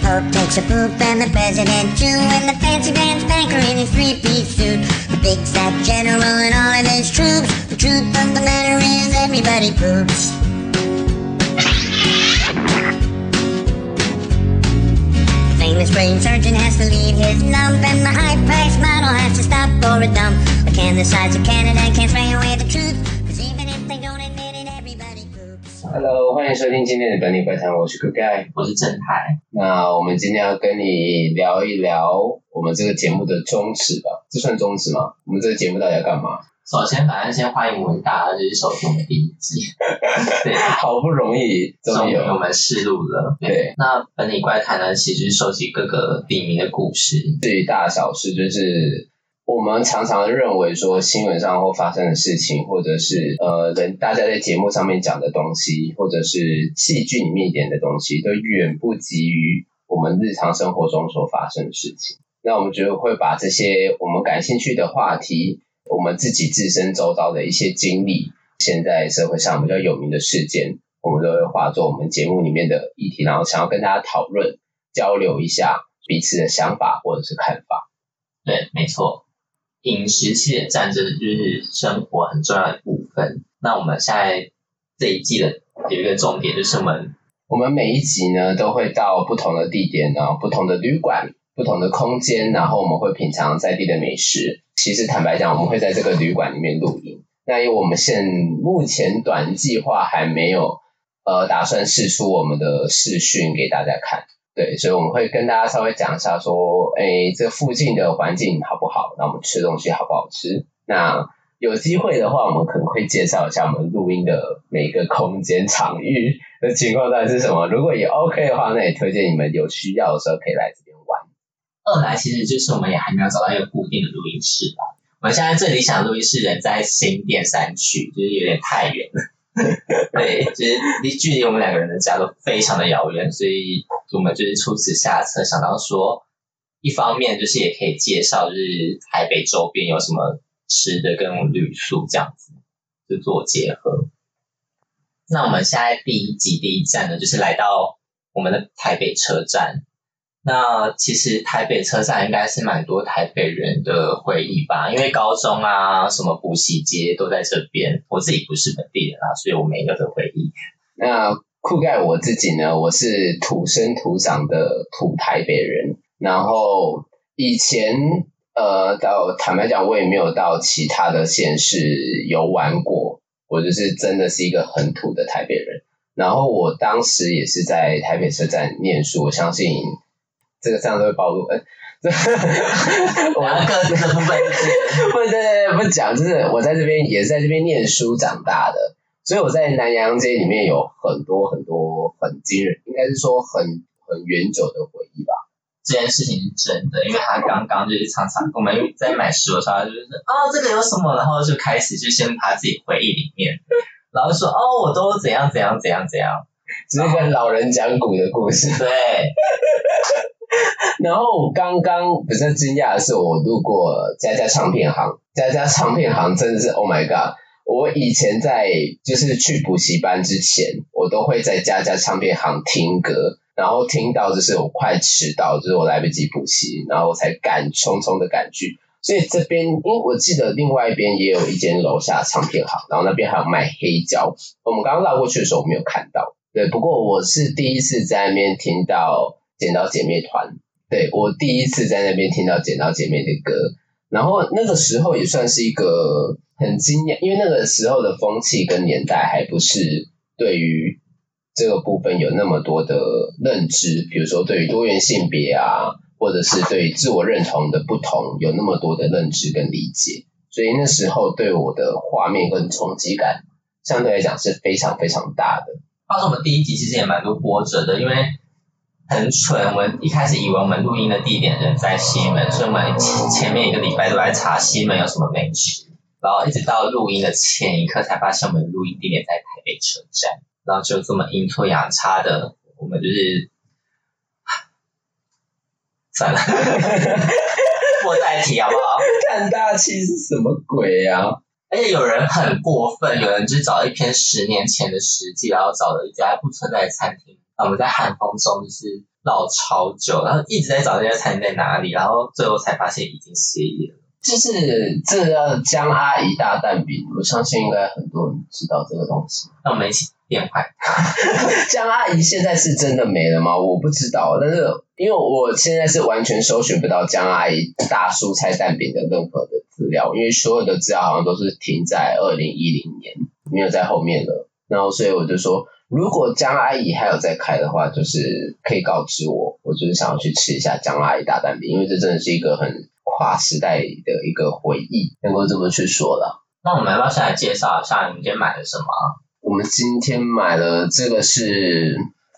Pope takes a poop and the president too, and the fancy pants banker in his three-piece suit, the big fat general and all of his troops. The truth of the matter is everybody poops. The famous brain surgeon has to leave his lump, and the high-priced model has to stop for a dump. But can the sides of Canada can't spray away the truth, 'cause even if they don't admit it, everybody poops. Hello， 欢迎收听今天的本地怪谈，我是 Good Guy， 我是正太。 那我们今天要跟你聊一聊我们这个节目的宗旨吧，这算宗旨吗？我们这个节目到底要干嘛？ 首先，反正先欢迎我们大家就是收听我们第一集，对， 好不容易终于我们试录了。 对， 那本里怪谈呢，其实是收集各个地名的故事。 至于大小事，就是我们常常认为说新闻上或发生的事情，或者是大家在节目上面讲的东西，或者是戏剧里面一点的东西，都远不及于我们日常生活中所发生的事情。那我们觉得会把这些我们感兴趣的话题，我们自己自身周遭的一些经历，现在社会上比较有名的事件，我们都会化作我们节目里面的议题，然后想要跟大家讨论交流一下彼此的想法或者是看法。 对，没错，饮食其实占着就是生活很重要的部分。那我们现在这一季的有一个重点，就是我们每一集呢都会到不同的地点，然后不同的旅馆，不同的空间，然后我们会品尝在地的美食。其实坦白讲，我们会在这个旅馆里面录音。那因为我们目前短计划还没有打算释出我们的视讯给大家看，对，所以我们会跟大家稍微讲一下说，这附近的环境好不好，那我们吃东西好不好吃。那有机会的话，我们可能会介绍一下我们录音的每一个空间场域的情况到底是什么。如果也 OK 的话，那也推荐你们有需要的时候可以来这边玩。 二来其实就是我们也还没有找到一个固定的录音室吧。我们现在最理想的录音室人在新店山区，就是有点太远了。对，就是距离我们两个人的家都非常的遥远，所以我们就是出此下策，想到说，一方面就是也可以介绍就是台北周边有什么吃的跟旅宿这样子，就做结合。那我们现在第一站呢，就是来到我们的台北车站。那其实台北车站应该是蛮多台北人的回忆吧，因为高中啊什么补习街都在这边。我自己不是本地人啊，所以我没有的回忆。 那酷盖我自己呢，我是土生土长的土台北人，然后以前坦白讲，我也没有到其他的县市游玩过，我就是真的是一个很土的台北人。然后我当时也是在台北车站念书，我相信这样都会暴露。我个人的部分不讲，就是我在这边也是在这边念书长大的，所以我在南洋街里面有很多很多很惊人，应该是说很远久的回忆吧。 这件事情是真的，因为他刚刚就是常常我们在买食物的时候，就是这个有什么，然后就开始就先把自己回忆里面，然后就说我都怎样， 只是跟老人讲古的故事。 对。 然后我刚刚比较惊讶的是，我路过家家唱片行，家家唱片行真的是 Oh my God！ 我以前就是去补习班之前，我都会在家家唱片行听歌，然后听到就是我快迟到，就是我来不及补习，然后我才匆匆的赶去。所以这边，因为我记得另外一边也有一间楼下唱片行，然后那边还有卖黑胶。我们刚刚绕过去的时候我没有看到，对，不过我是第一次在那边听到剪刀姐妹团，对，我第一次在那边听到剪刀姐妹的歌，然后那个时候也算是一个很惊讶，因为那个时候的风气跟年代还不是对于这个部分有那么多的认知，比如说对于多元性别啊，或者是对于自我认同的不同有那么多的认知跟理解，所以那时候对我的画面跟冲击感相对来讲是非常非常大的。 话说我们第一集其实也蛮多波折的，因为很蠢，我们一开始以为我们录音的地点人在西门，所以我们前面一个礼拜都在查西门有什么美食，然后一直到录音的前一刻才发现我们的录音地点在台北车站，然后就这么阴错阳差的，我们就是算了，破再提好不好？ 看大气是什么鬼啊？ 而且有人很过分，有人就是找了一篇10年前的实际，然后找了一家不存在的餐厅，我们在寒风中就是绕超久，然后一直在找那家餐厅在哪里，然后最后才发现已经歇业了。 就是这个叫江阿姨大蛋饼，我相信应该很多人知道这个东西。 那我们一起变坏。 江阿姨现在是真的没了吗？我不知道，但是因为我现在是完全搜寻不到江阿姨大蔬菜蛋饼的任何的资料，因为所有的资料好像都是停在2010年，没有在后面了。然后所以我就说，如果江阿姨还有在开的话，就是可以告知我，我就是想要去吃一下江阿姨大蛋饼，因为这真的是一个很跨时代的一个回忆，能够这么去说了。 那我们要不要先来介绍一下你们今天买了什么？ 我们今天买了这个是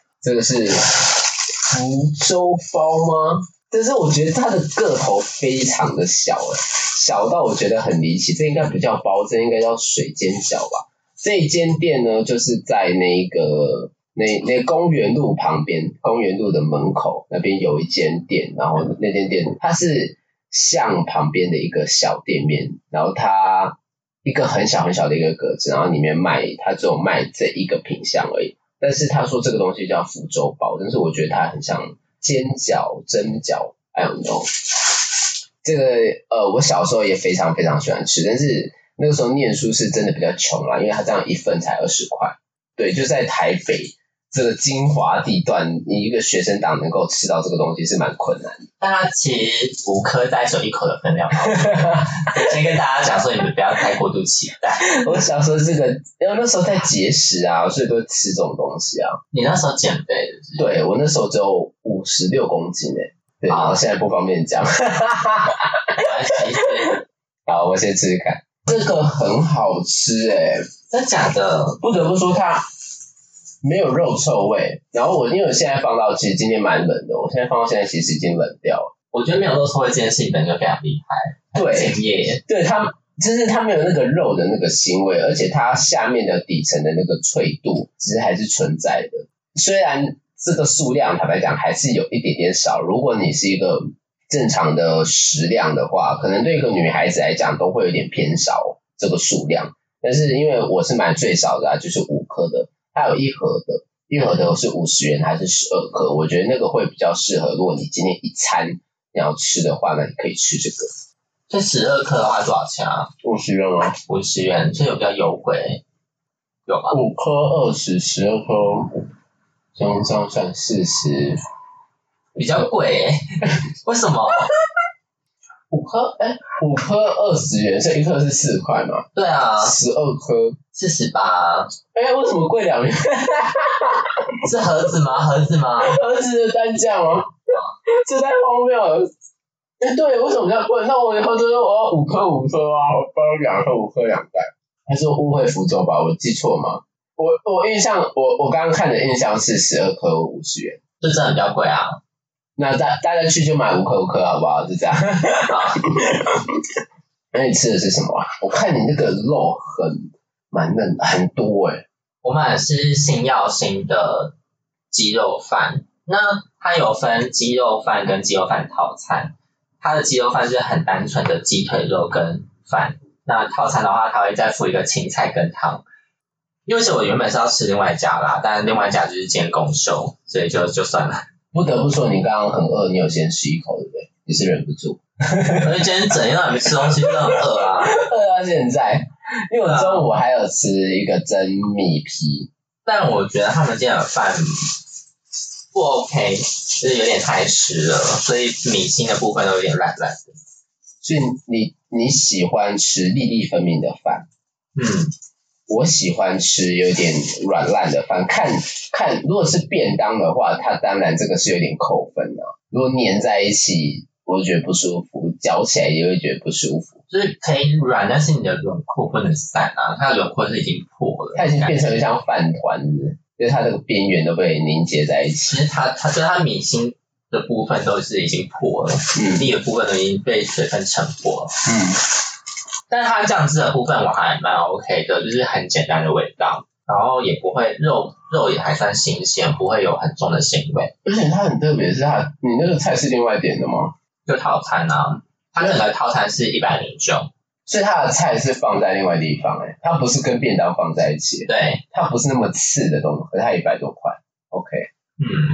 福州包吗？但是我觉得它的个头非常的小小到我觉得很离奇，这应该不叫包，这应该叫水煎饺吧。这一间店呢，就是在那公园路旁边，公园路的门口那边有一间店，然后那间店它是巷旁边的一个小店面，然后它一个很小很小的一个格子，然后里面它只有卖这一个品项而已。但是他说这个东西叫福州包，但是我觉得它很像煎饺、蒸饺 ，I don't know。这个我小时候也非常非常喜欢吃，但是那个时候念书是真的比较穷啦，因为它这样一份才20块。对，就在台北这个精华地段，你一个学生党能够吃到这个东西是蛮困难的。 但它其实5颗大概只有1口的分量。先跟大家讲说，你们不要太过度期待。 我小时候因为那时候太节食啊，所以都吃这种东西啊。 你那时候减肥的是？ 对，我那时候只有56公斤对，然后现在不方便讲。好，我先吃吃看。这个很好吃真假的？ 不得不说它没有肉臭味，然后因为我现在放到，其实今天蛮冷的，我现在放到现在其实已经冷掉了。 我觉得没有肉臭味这件事情本身就非常厉害， 对， 敬业。 对，就是它没有那个肉的那个腥味，而且它下面的底层的那个脆度其实还是存在的。虽然这个数量坦白讲还是有一点点少，如果你是一个正常的食量的话，可能对一个女孩子来讲都会有点偏少这个数量。但是因为我是买最少的就是5颗的，它有1盒的是50元还是12颗，我觉得那个会比较适合，如果你今天一餐你要吃的话，那你可以吃这个。 这12颗的话多少钱啊 ？50元吗 ？50元，这有比较优惠，有吗 ？5颗20，12颗这样算40， 比较贵为什么 ？5颗20元，这一颗是4块嘛？ 对啊 ，12颗 48。 为什么贵2元？ 是盒子吗？盒子的单价吗？这太荒谬了。对，为什么比较贵？那我以后就说我要5颗5颗啊，我包2颗5颗2袋。还是我误会福州吧？我记错吗？我印象，我刚刚看的印象是12颗50元， 就真的比较贵啊。 那大家去就买5颗5颗好不好？是这样。那你吃的是什么啊？我看你那个肉蛮嫩，很多我买的是新耀兴的鸡肉饭，那它有分鸡肉饭跟鸡肉饭套餐。它的鸡肉饭是很单纯的鸡腿肉跟饭，那套餐的话，它会再附一个青菜跟汤。因为其实我原本是要吃另外一家啦，但另外一家就是今天公休，所以就算了。 不得不说，你刚刚很饿，你有先吃一口，对不对？你是忍不住。 因为今天整天都还没吃东西，真的很饿啊。 饿到现在，因为我中午还有吃一个蒸米皮， 但我觉得他们今天的饭不 OK， 就是有点太湿了，所以米心的部分都有点烂烂的。 所以你喜欢吃粒粒分明的饭？我喜欢吃有点软烂的饭。看，如果是便当的话，它当然这个是有点扣分啊。如果粘在一起，我会觉得不舒服，嚼起来也会觉得不舒服。 就是可以软，但是你的轮廓不能散啊，它的轮廓是已经破了， 它已经变成像饭团子，就是它这个边缘都被凝结在一起。 其实它米心的部分都是已经破了，粒的部分都已经被水分撑破了。但是它酱汁的部分我还蛮 OK 的，就是很简单的味道，然后也不会肉也还算新鲜，不会有很重的腥味。 而且它很特别，是你那个菜是另外点的吗？ 就套餐啊，它整个套餐是109， 所以它的菜是放在另外地方它不是跟便当放在一起。 对， 它不是那么次的东西，可是它100多块 ，OK。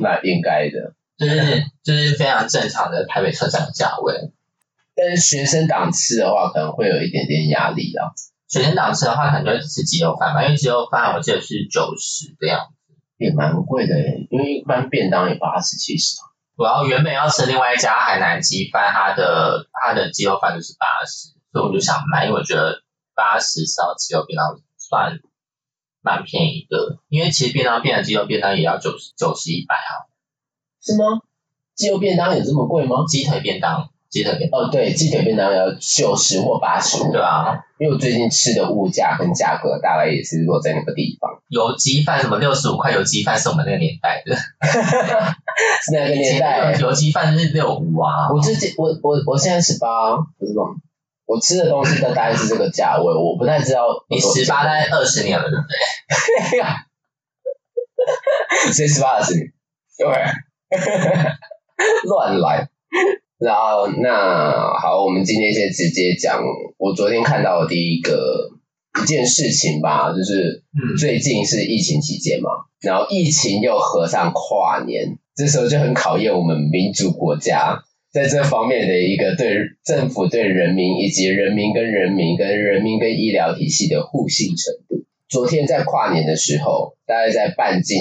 那应该的， 就是非常正常的台北车站的价位。 但是学生党吃的话，可能会有一点点压力啦。 学生党吃的话，可能就会吃鸡肉饭吧，因为鸡肉饭我记得是90这样子， 也蛮贵的耶，因为一般便当也80-70啊。 我原本要吃另外一家海南鸡饭，它的鸡肉饭就是80，所以我就想买，因为我觉得80吃到鸡肉便当算蛮便宜的，因为其实便当店的鸡肉便当也要90-100啊。 是吗？鸡肉便当有这么贵吗？ 鸡腿便当。 哦，对，鸡腿便当要90或85。 对啊， 因为我最近吃的物价跟价格大概也是落在那个地方。 油鸡饭什么65块油鸡饭是我们那个年代的。 是哪个年代？ 油鸡饭是65啊。 我现在18，不是吗？我吃的东西大概是这个价位，我不太知道。 你18大概20年了，对不对？ 谁18-20年？对，乱来。然后那好，我们今天先直接讲我昨天看到的第一件事情吧，就是最近是疫情期间嘛，然后疫情又合上跨年，这时候就很考验我们民主国家在这方面的一个对政府对人民以及人民跟人民跟医疗体系的互信程度。昨天在跨年的时候，大概在半径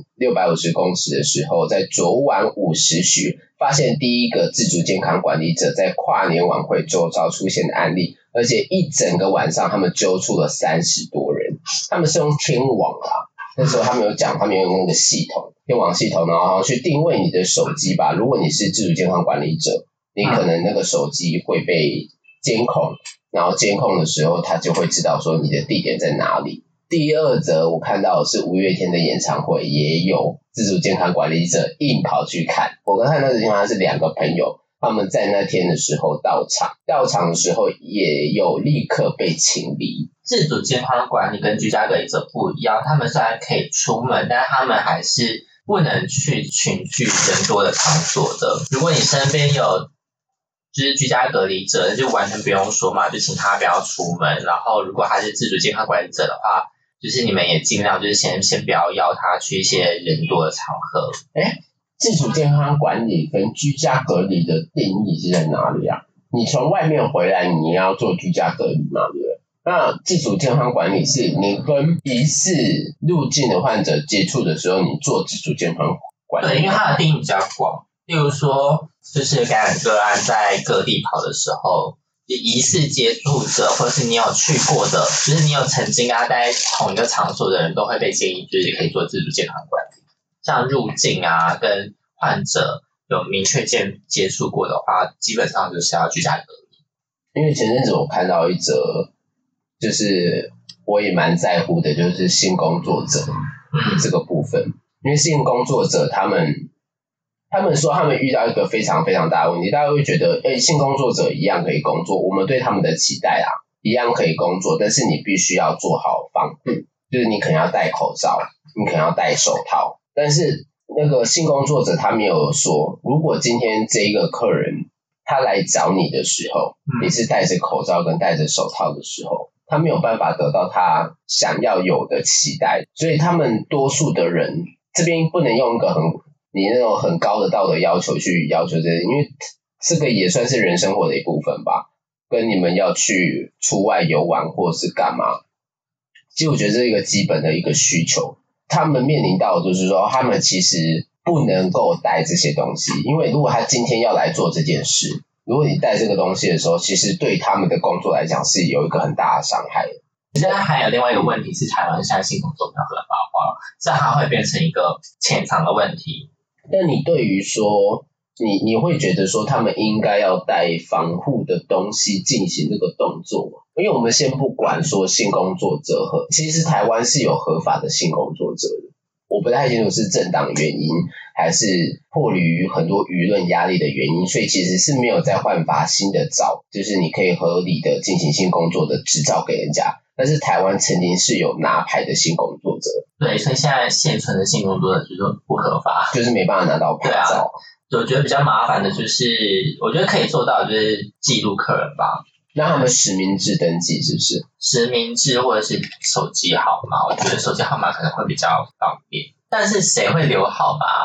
650公尺的时候，在昨晚5时许发现第一个自主健康管理者在跨年晚会周遭出现的案例，而且一整个晚上他们揪出了30多人，他们是用天网啦，那时候他们有讲他们用那个系统天网系统，然后去定位你的手机吧，如果你是自主健康管理者，你可能那个手机会被监控，然后监控的时候他就会知道说你的地点在哪里。第二则我看到的是五月天的演唱会，也有自主健康管理者硬跑去看。我跟他那个地方是2个朋友，他们在那天的时候到场的时候也有立刻被清理。 自主健康管理跟居家隔离者不一样，他们虽然可以出门，但他们还是不能去群聚人多的场所的。如果你身边有就是居家隔离者，就完全不用说嘛，就请他不要出门。然后如果他是自主健康管理者的话，就是你们也尽量就是先不要邀他去一些人多的场合。 自主健康管理跟居家隔离的定义是在哪里啊？你从外面回来，你要做居家隔离嘛，对不对？那自主健康管理是你跟疑似入境的患者接触的时候，你做自主健康管理。 对，因为它的定义比较广，例如说就是感染个案在各地跑的时候，疑似接触者或是你有去过的，就是你有曾经跟他待在同一个场所的人，都会被建议就是可以做自主健康管理。像入境啊跟患者有明确接触过的话，基本上就是要居家隔离。 因为前阵子我看到一则，就是我也蛮在乎的，就是性工作者这个部分。因为性工作者他们说他们遇到一个非常非常大的问题，大家会觉得性工作者一样可以工作，我们对他们的期待一样可以工作，但是你必须要做好防护，就是你可能要戴口罩，你可能要戴手套。但是那个性工作者他没有说，如果今天这一个客人他来找你的时候，你是戴着口罩跟戴着手套的时候，他没有办法得到他想要有的期待，所以他们多数的人这边不能用一个你那种很高的道德要求去要求这些，因为这个也算是人生活的一部分吧，跟你们要去出外游玩或是干嘛，其实我觉得这是一个基本的一个需求。他们面临到的就是说，他们其实不能够带这些东西，因为如果他今天要来做这件事，如果你带这个东西的时候，其实对他们的工作来讲是有一个很大的伤害的。 现在还有另外一个问题是，台湾现在性工作比较合法化，这它会变成一个潜藏的问题。 但你对于说你会觉得说他们应该要带防护的东西进行这个动作吗？因为我们先不管说性工作者其实台湾是有合法的性工作者的，我不太清楚是正当原因还是迫于很多舆论压力的原因，所以其实是没有再换发新的照，就是你可以合理的进行性工作的执照给人家。但是台湾曾经是有拿牌的性工作者， 对，所以现在现存的性工作者就是不合法， 就是没办法拿到牌照。 对我觉得比较麻烦的就是，我觉得可以做到就是记录客人吧。 那他们实名制登记是不是？ 实名制或者是手机号码，我觉得手机号码可能会比较方便。但是谁会留号码？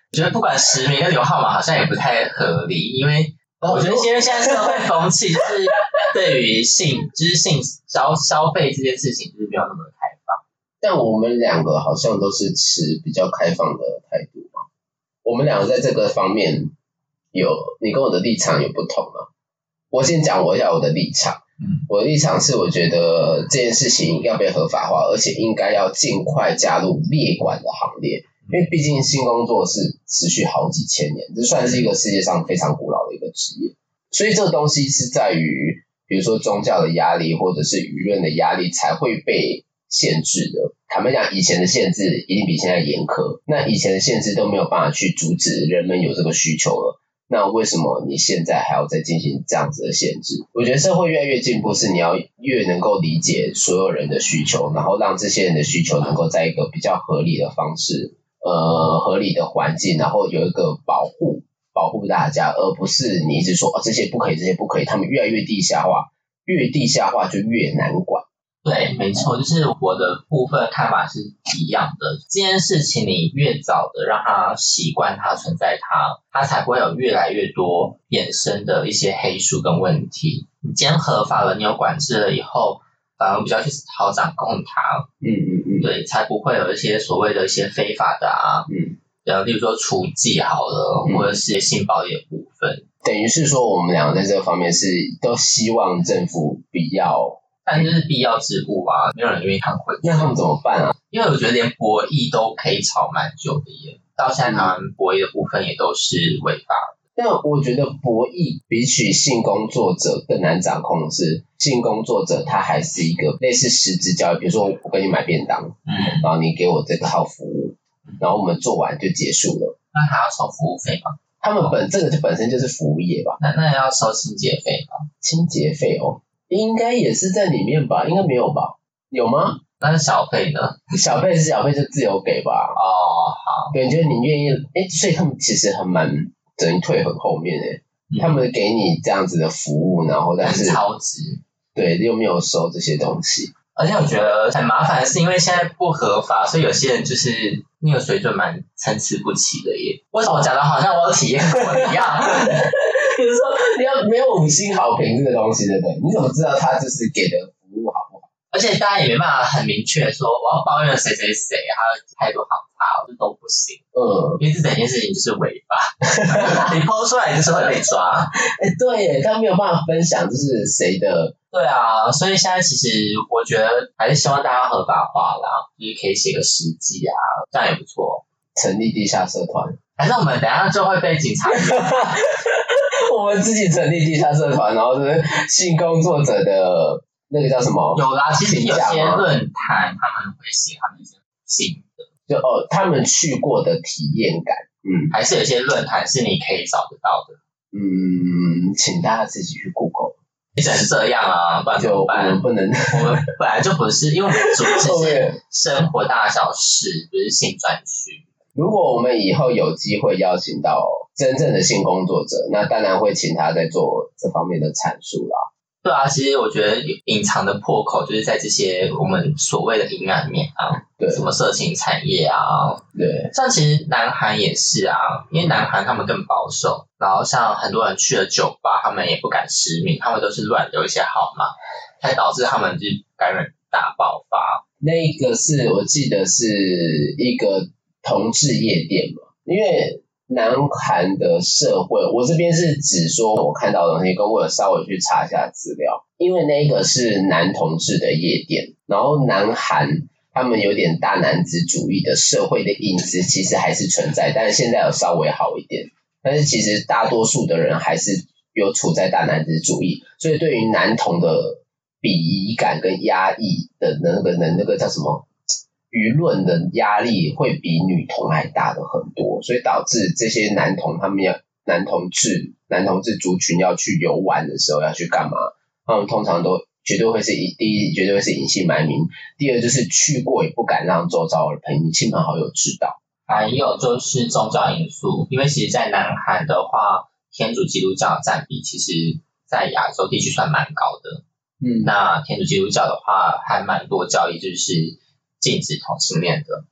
我觉得不管实名跟留号码好像也不太合理，因为我觉得因为现在社会风气就是对于就是性消费这件事情就是没有那么开放。 但我们两个好像都是持比较开放的态度嘛。我们两个在这个方面你跟我的立场有不同吗？我先讲我一下我的立场。我的立场是我觉得这件事情要被合法化，而且应该要尽快加入列管的行列，因为毕竟性工作是持续好几千年，这算是一个世界上非常古老的一个职业，所以这个东西是在于比如说宗教的压力或者是舆论的压力才会被限制的。坦白讲，以前的限制一定比现在严苛，那以前的限制都没有办法去阻止人们有这个需求了，那为什么你现在还要再进行这样子的限制？我觉得社会越来越进步，是你要越能够理解所有人的需求，然后让这些人的需求能够在一个比较合理的方式合理的环境，然后有一个保护大家，而不是你一直说这些不可以，这些不可以，他们越来越地下化，越地下化就越难管。 对，没错，就是我的部分看法是一样的。这件事情你越早的让他习惯它存在它才不会有越来越多衍生的一些黑数跟问题。你今天合法了，你有管制了以后，反而比较去好掌控它。对，才不会有一些所谓的一些非法的例如说雏妓好了，或者是性暴力的部分。 等于是说我们两个在这个方面是都希望政府不要， 但就是必要之物啊，没有人愿意看回去。 那他们怎么办啊？ 因为我觉得连博弈都可以吵蛮久的耶，到现在台湾博弈的部分也都是违法的。 但我觉得博弈比起性工作者更难掌控的是，性工作者他还是一个类似实质交易，比如说我跟你买便当，然后你给我这套服务，然后我们做完就结束了。 那还要收服务费吗？ 他们这个就本身就是服务业吧？ 那要收清洁费吗？ 清洁费哦，应该也是在里面吧？应该没有吧？有吗？ 那是小费呢？ 小费就自由给吧。 哦，好。 对，就是你愿意，所以他们其实很蛮等于退很后面他们给你这样子的服务，然后但是超值， 对，又没有收这些东西。 而且我觉得很麻烦的是，因为现在不合法，所以有些人就是那个水准蛮参差不齐的耶。为什么讲的好像我有体验过一样？ 就是说你要没有5星好评这个东西，对不对？你怎么知道他就是给的服务好不好？ 而且大家也没办法很明确说我要抱怨谁谁谁，他的态度好差，这都不行。因为这整件事情就是违法，你 po 出来就是会被抓。 对耶，他没有办法分享就是谁的。 对啊，所以现在其实我觉得还是希望大家合法化啦，就是可以写个实际啊，这样也不错。 成立地下社团， 反正我们等一下就会被警察我们自己成立地下社团，然后就是性工作者的那个叫什么？ 有啦，其实有些论坛他们会写他们一些心得， 就他们去过的体验感， 还是有些论坛是你可以找得到的。 请大家自己去 Google。 你只能这样啊，不然怎么办？ 我们不能， 我们本来就不是，因为我们主旨是生活大小事，不是性专区。 如果我们以后有机会邀请到真正的性工作者，那当然会请他在做这方面的阐述啦。 对啊，其实我觉得隐藏的破口就是在这些我们所谓的阴暗面啊， 对， 什么色情产业啊， 对， 像其实南韩也是啊，因为南韩他们更保守，然后像很多人去了酒吧，他们也不敢实名，他们都是乱留一些号码，才导致他们就感染大爆发。 那个是我记得是一个同志夜店嘛，因为南韩的社会，我这边是指说我看到的东西，跟我有稍微去查一下资料，因为那个是男同志的夜店，然后南韩他们有点大男子主义的社会的影子其实还是存在，但是现在有稍微好一点，但是其实大多数的人还是有处在大男子主义，所以对于男同的鄙夷感跟压抑的那个叫什么舆论的压力会比女同还大的很多，所以导致这些男同他们男同志族群要去游玩的时候要去干嘛，他们通常都绝对会是第一绝对会是隐姓埋名，第二就是去过也不敢让周遭的亲朋好友知道。 还有就是宗教因素，因为其实在南韩的话，天主基督教的占比其实在亚洲地区算蛮高的。那天主基督教的话还蛮多教义就是禁止同性恋的，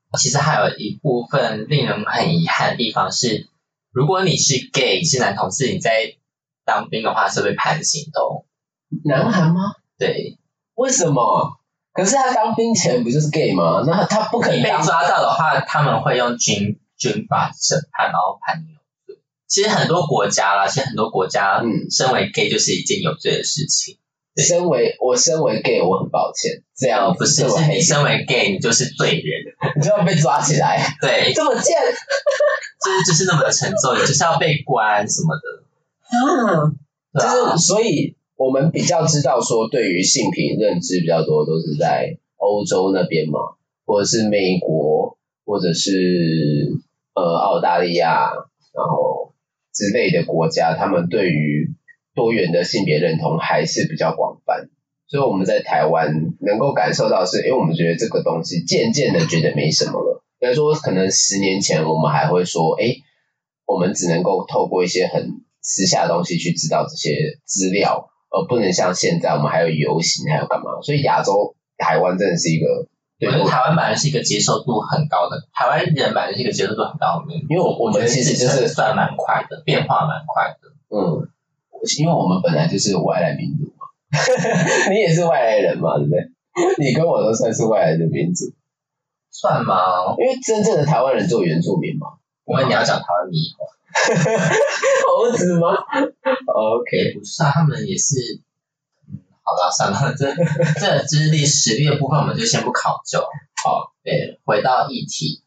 其实还有一部分令人很遗憾的地方是，如果你是 gay 是男同志，你在当兵的话是会判刑的哦。 南韩吗？ 对， 为什么？可是他当兵前不就是 gay 吗？那他不可能你被抓到的话，他们会用军法审判，然后判你有罪。其实很多国家，身为 gay 就是一件有罪的事情。 身为 gay， 我很抱歉，这样不是你身为 gay， 你就是罪人， 你就要被抓起来。 对， 这么贱， 就是那么的沉重，你就是要被关什么的。 就是所以我们比较知道说，对于性平认知比较多都是在欧洲那边嘛，或者是美国，或者是澳大利亚，然后之类的国家，他们对于多元的性别认同还是比较广泛，所以我们在台湾能够感受到是，我们觉得这个东西渐渐的觉得没什么了。应该说，可能10年前我们还会说，我们只能够透过一些很私下的东西去知道这些资料，而不能像现在我们还有游行，还有干嘛？所以台湾真的是一个， 我觉得台湾本来是一个接受度很高的，台湾人本来是一个接受度很高的民族， 因为我们其实就是算蛮快的，变化蛮快的。 因为我们本来就是外来民族嘛，你也是外来人嘛，对不对？你跟我都算是外来的民族， 算吗？ 因为真正的台湾人做原住民嘛。 因为你要讲台湾猕猴， 猴子吗 ？OK， 不是啊，他们也是。好了，算了，这资历实力的部分我们就先不考究。好，对，回到议题。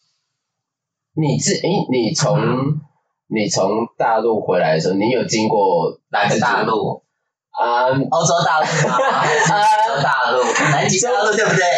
你从大陆回来的时候，你有经过哪个大陆？欧洲大陆吗？欧洲大陆，南极大陆对不对？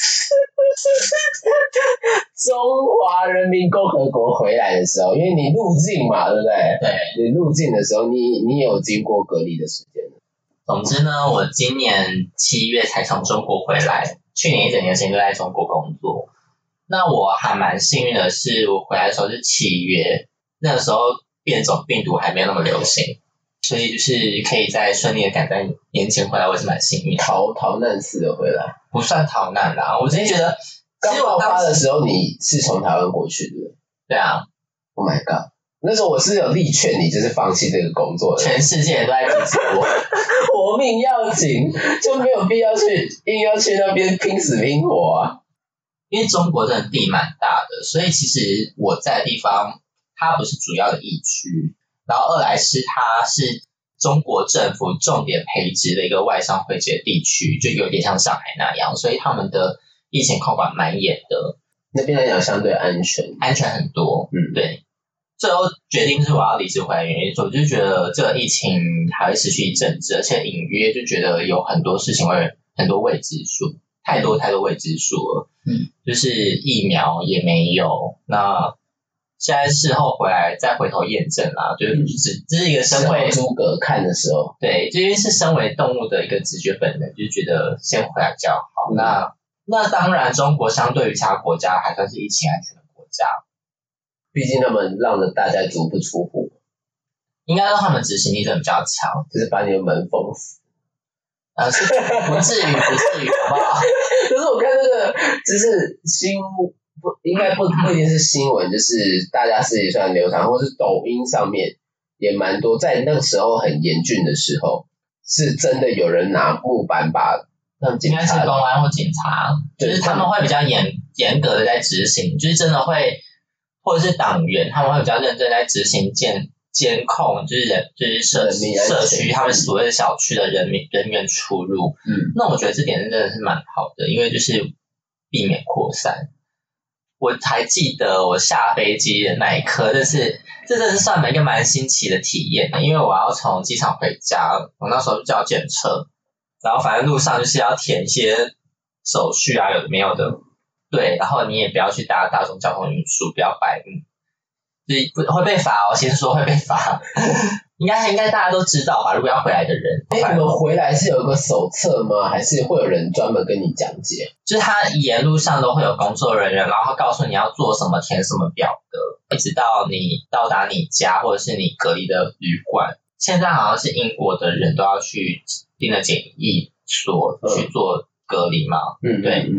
中华人民共和国回来的时候，因为你入境嘛，对不对？ 对。 你入境的时候，你有经过隔离的时间。 总之呢，我今年7月才从中国回来，去年一整年时间都在中国工作。那我还蛮幸运的是，我回来的时候是7月，那个时候变种病毒还没有那么流行，所以就是可以再顺利的赶在年前回来，我也是蛮幸运的。 逃难似的回来？ 不算逃难啦，我直接觉得， 刚爆发的时候你是从台湾过去的？ 对啊。 Oh my god！ 那时候我是有力劝你，就是放弃这个工作的。 全世界都在支持我， 活命要紧，就没有必要硬要去那边拼死拼活啊。 因为中国真的地蛮大的，所以其实我在的地方它不是主要的疫区，然后二来是它是中国政府重点培植的一个外商汇集的地区，就有点像上海那样，所以他们的疫情控管蛮严的。 那边来讲相对安全很多，对。最后决定是我要离职回来的原因，我就觉得这个疫情还会持续一阵子，而且隐约就觉得有很多事情会很多未知数，太多未知数了。就是疫苗也没有，那现在事后回来再回头验证啦，就是这是一个身为诸葛看的时候， 对，就因为是身为动物的一个直觉本能，就觉得先回来比较好。那当然，中国相对于其他国家还算是疫情安全的国家。 毕竟他们让着大家足不出户， 应该说他们执行力真的比较强， 就是把你的门封死。 是不至于，好不好？ 可是我看这个，就是应该不一定是新闻，就是大家自己算流传，或是抖音上面也蛮多，在那个时候很严峻的时候，是真的有人拿木板把让警察， 应该是公安或警察，就是他们会比较严格的在执行，就是真的会。或者是党员，他们会比较认真在执行监控，就是社区他们所谓的小区的人员出入。那我觉得这点真的是蛮好的，因为就是避免扩散。我还记得我下飞机的那一刻，这真的是算一个蛮新奇的体验，因为我要从机场回家，我那时候就叫检车，然后反正路上就是要填一些手续啊，有的没有的。对，然后你也不要去搭大众交通运输，不要白目，就是会被罚哦。先说会被罚，应该大家都知道吧？如果要回来的人， 你们回来是有一个手册吗？还是会有人专门跟你讲解？ 就是他沿路上都会有工作人员，然后告诉你要做什么，填什么表格，一直到你到达你家或者是你隔离的旅馆。现在好像是英国的人都要去定的检疫所去做隔离嘛，对。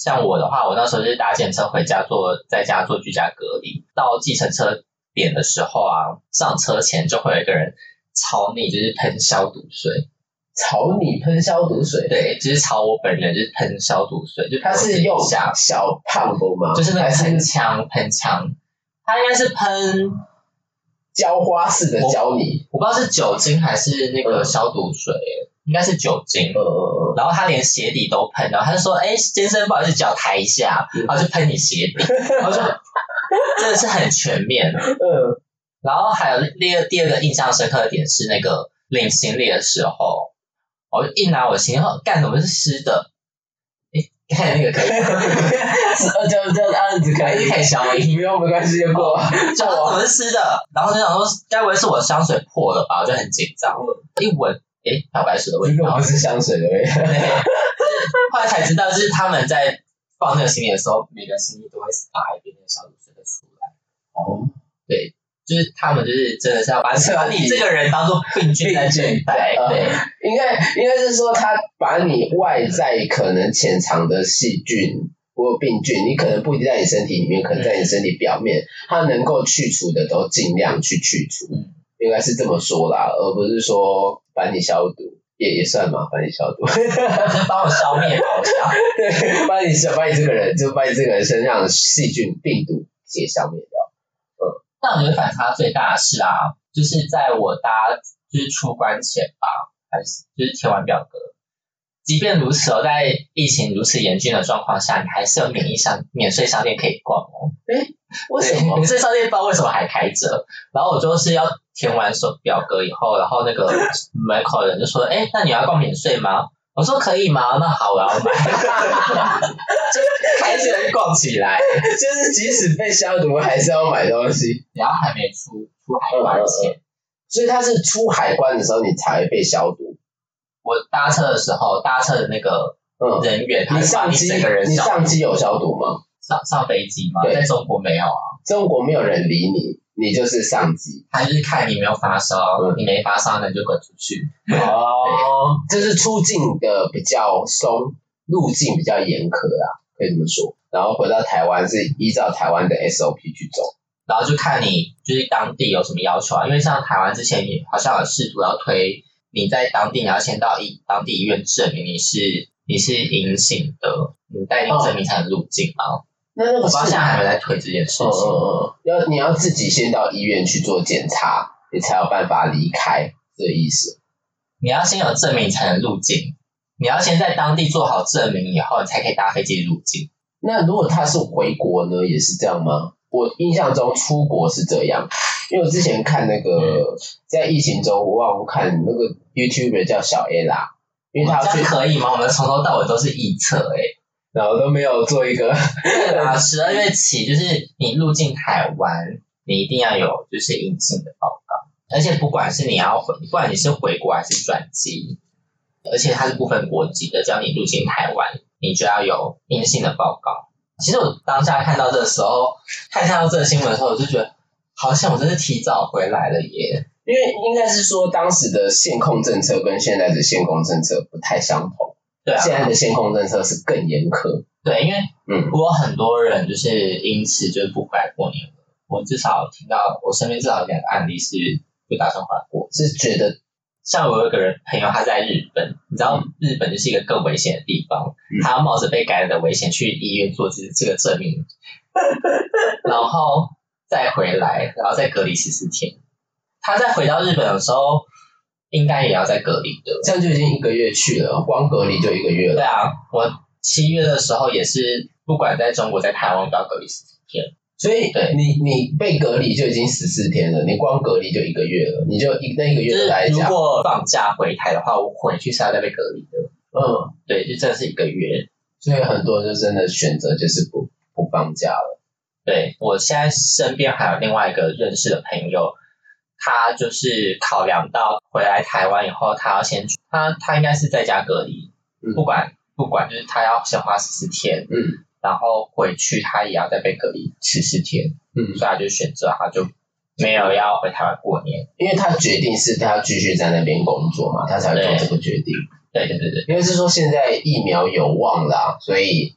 像我的话，我那时候是搭计程车回家在家做居家隔离，到计程车点的时候啊，上车前就会有一个人朝你就是喷消毒水。 朝你喷消毒水？ 对，就是朝我本人就是喷消毒水，就他是用小胖bomb吗？ 就是那个喷枪，他应该是喷浇花式的浇你， 我不知道是酒精还是那个消毒水，应该是酒精。然后他连鞋底都喷，然后他就说：“哎，先生，不好意思，脚抬一下。”然后就喷你鞋底，然后就真的是很全面。然后还有第二个印象深刻的点是那个领行李的时候。我一拿我行李后，干怎么是湿的？看那个可以， 这案子可以消音， 不用没关系就过。 怎么是湿的？然后就想说，该不会是我香水破了吧？我就很紧张，一闻，漂白水的味道， 不是香水的味道。 后来才知道，就是他们在放那个行李的时候，每个行李都会撒一点点消毒水的出来。对。就是他们就是真的是要把你这个人当做病菌在对待，对， 应该是说他把你外在可能潜藏的细菌或病菌，你可能不一定在你身体里面，可能在你身体表面，它能够去除的都尽量去去除，应该是这么说啦，而不是说把你消毒，也算嘛，把你消毒， 就是帮我消灭好像， 对，把你这个人身上的细菌病毒给消灭掉。 但我觉得反差最大的是啊，就是在我就是出关前吧，还是就是填完表格，即便如此在疫情如此严峻的状况下，你还是有免税商店可以逛哦。 为什么？ 免税商店不知道为什么还开着。然后我就是要填完表格以后，然后那个门口的人就说：“那你要逛免税吗？”我说可以吗？那好，我要买，就开始逛起来。 就是即使被消毒，还是要买东西。 然后还没出海关前， 所以他是出海关的时候你才会被消毒。 我搭车的时候，搭车的那个人员， 你上机有消毒吗？ 上飞机吗？在中国没有啊。 中国没有人理你。你就是上机， 他就是看你没有发烧，你没发烧那你就滚出去。 这是出境的比较松，入境比较严苛啦，可以这么说。然后回到台湾是依照台湾的 SOP 去走， 然后就看你就是当地有什么要求啊，因为像台湾之前也好像有试图要推，你在当地你要先到当地医院证明你是阴性的，你带那个证明才能入境嘛。我不知道现在还没在推这件事情。 你要自己先到医院去做检查，你才有办法离开，这个意思。 你要先有证明才能入境，你要先在当地做好证明以后，你才可以搭飞机入境。 那如果他是回国呢，也是这样吗？我印象中出国是这样，因为我之前看那个在疫情中，我忘了看那个 YouTuber 叫小 A 啦，因为他这样可以吗？我们从头到尾都是臆测然后都没有做一个。 对啦，12月起就是你入境台湾，你一定要有就是阴性的报告，而且不管是不管你是回国还是转机，而且它是不分国籍的，只要你入境台湾，你就要有阴性的报告。其实我当下看到这个时候，看到这个新闻的时候，我就觉得好像我真是提早回来了耶。 因为应该是说当时的限控政策跟现在的限控政策不太相同。 对啊， 现在的限控政策是更严苛。 对，因为我很多人就是因此就是不回来过年了。我至少听到我身边至少2个案例是不打算回来过， 是觉得像我有一个人朋友他在日本，你知道日本就是一个更危险的地方，他要冒着被感染的危险去医院做这个证明，然后再回来，然后再隔离14天。他在回到日本的时候应该也要再隔离的， 这样就已经1个月去了，光隔离就1个月了。 对啊，我7月的时候也是，不管在中国在台湾都要隔离14天。 所以你被隔离就已经14天了，你光隔离就1个月了，你就那1个月都来讲。 如果放假回台的话，我回去是要再被隔离的。对，就真的是1个月。 所以很多人就真的选择就是不放假了。 对，我现在身边还有另外一个认识的朋友，他就是考量到回来台湾以后，他要先他应该是在家隔离，不管就是他要先花14天，然后回去他也要再被隔离14天，所以他就选择他就没有要回台湾过年， 因为他决定是他要继续在那边工作嘛，他才会做这个决定。 对， 因为是说现在疫苗有望啦，所以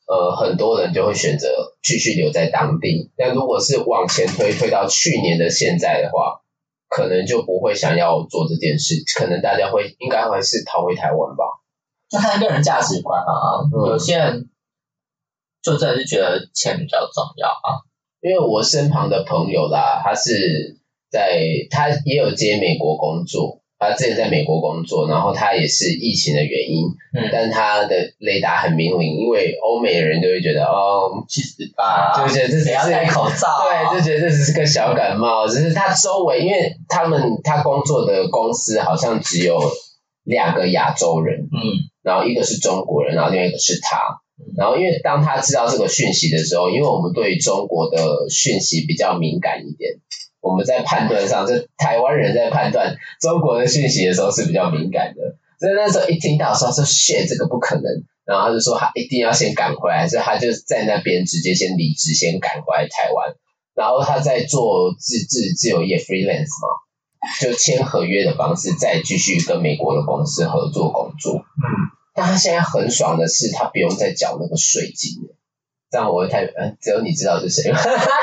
很多人就会选择继续留在当地。但如果是往前推到去年的现在的话，可能就不会想要做这件事，可能大家应该会是逃回台湾吧。 就看个人价值观啊，有些人就真的是觉得钱比较重要啊。 因为我身旁的朋友啦，他也有接美国工作，他之前在美国工作，然后他也是疫情的原因，但他的雷达很明灵，因为欧美人就会觉得去死吧， 就觉得这只是要戴口罩， 对，就觉得这只是个小感冒，只是他周围，因为他工作的公司好像只有2个亚洲人，然后一个是中国人，然后另外一个是他。然后因为当他知道这个讯息的时候，因为我们对中国的讯息比较敏感一点，我们在判断上，就台湾人在判断中国的讯息的时候是比较敏感的，所以那时候一听到说shit 这个不可能，然后他就说他一定要先赶回来，所以他就在那边直接先离职，先赶回来台湾，然后他在做自由业 freelance 嘛，就签合约的方式再继续跟美国的公司合作工作。但他现在很爽的是，他不用再缴那个税金了。这样我会只有你知道是谁吗？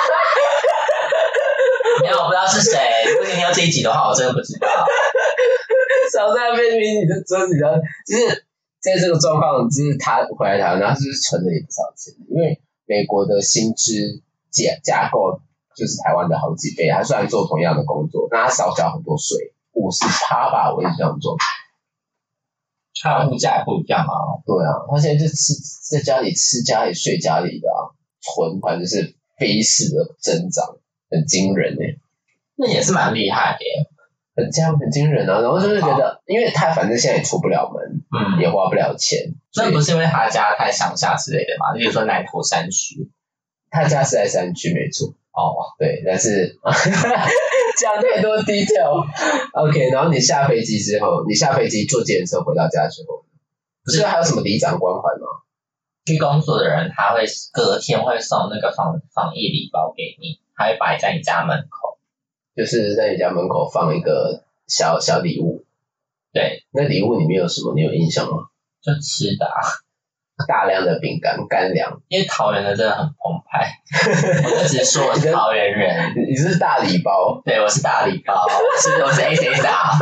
没有，我不知道是谁。如果你听到这一集的话，我真的不知道。 少在那边你就知道，就是在这个状况，就是他回来台湾，然后就是存了也不少钱，因为美国的薪资架构就是台湾的好几倍。他虽然做同样的工作，但他少缴很多税，50%吧，我印象中。 他的物价也不一样啊。 对啊，他现在就在家里吃家里睡家里的啊，存款就是飞式的增长，很惊人耶。 那也是蛮厉害的耶。 很惊人啊，然后就是觉得，因为他反正现在也出不了门，也花不了钱。 那不是因为他家太乡下之类的嘛？比如说南投山区， 他家是在山区没错。对，但是讲太多 detail。OK， 然后你下飞机坐计程车回到家之后，不是还有什么里长关怀吗？ 去工作的人他会隔天会送那个防疫礼包给你，他会摆在你家门口， 就是在你家门口放一个小礼物。 对， 那礼物里面有什么？你有印象吗？ 就吃的啊。 大量的饼干干粮，因为桃园的真的很澎湃，我就只说我是桃园人。 你是大礼包？ 对，我是大礼包，我是 SSR。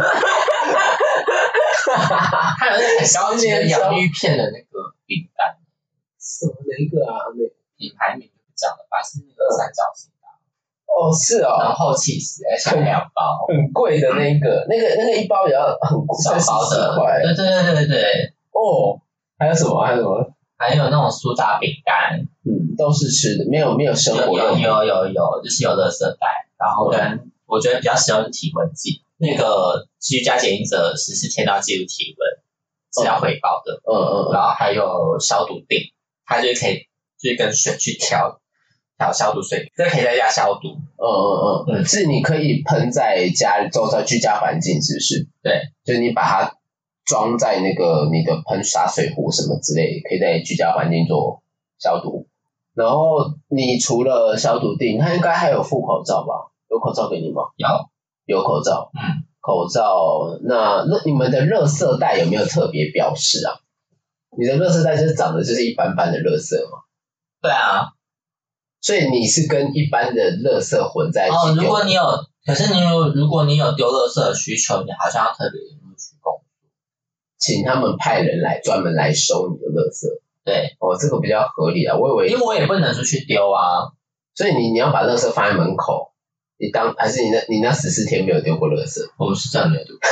还有那个很高级的洋芋片的那个饼干， 什么哪一个啊？ 品牌名就不讲了吧，是那个三角形的。 是哦。 然后起司小2包， 很贵的那个一包也要很贵， 小包的。对。 还有什么？ 还有那种苏打饼干， 都是吃的，没有生活用。 有，就是有垃圾袋，然后跟我觉得比较实用是体温计，那个居家检疫者14天都要记录体温，是要回报的。然后还有消毒锭，它就是可以就是跟水去调消毒水，这可以在家消毒。是你可以喷在家周遭居家环境，是不是？对，就是你把它装在那个你的喷洒水壶什么之类，可以在居家环境做消毒。然后你除了消毒锭，它应该还有附口罩吧？有口罩给你吗？有口罩。口罩。那你们的垃圾袋有没有特别标示啊？你的垃圾袋就是长得就是一般般的垃圾吗？对啊。所以你是跟一般的垃圾混在一起丢？如果你有丢垃圾的需求，你好像要特别联络区公所，请他们派人来专门来收你的垃圾。对。这个比较合理啊，我以为因为我也不能出去丢啊，所以你要把垃圾放在门口。还是你那14天没有丢过垃圾？我们是真的没有丢过。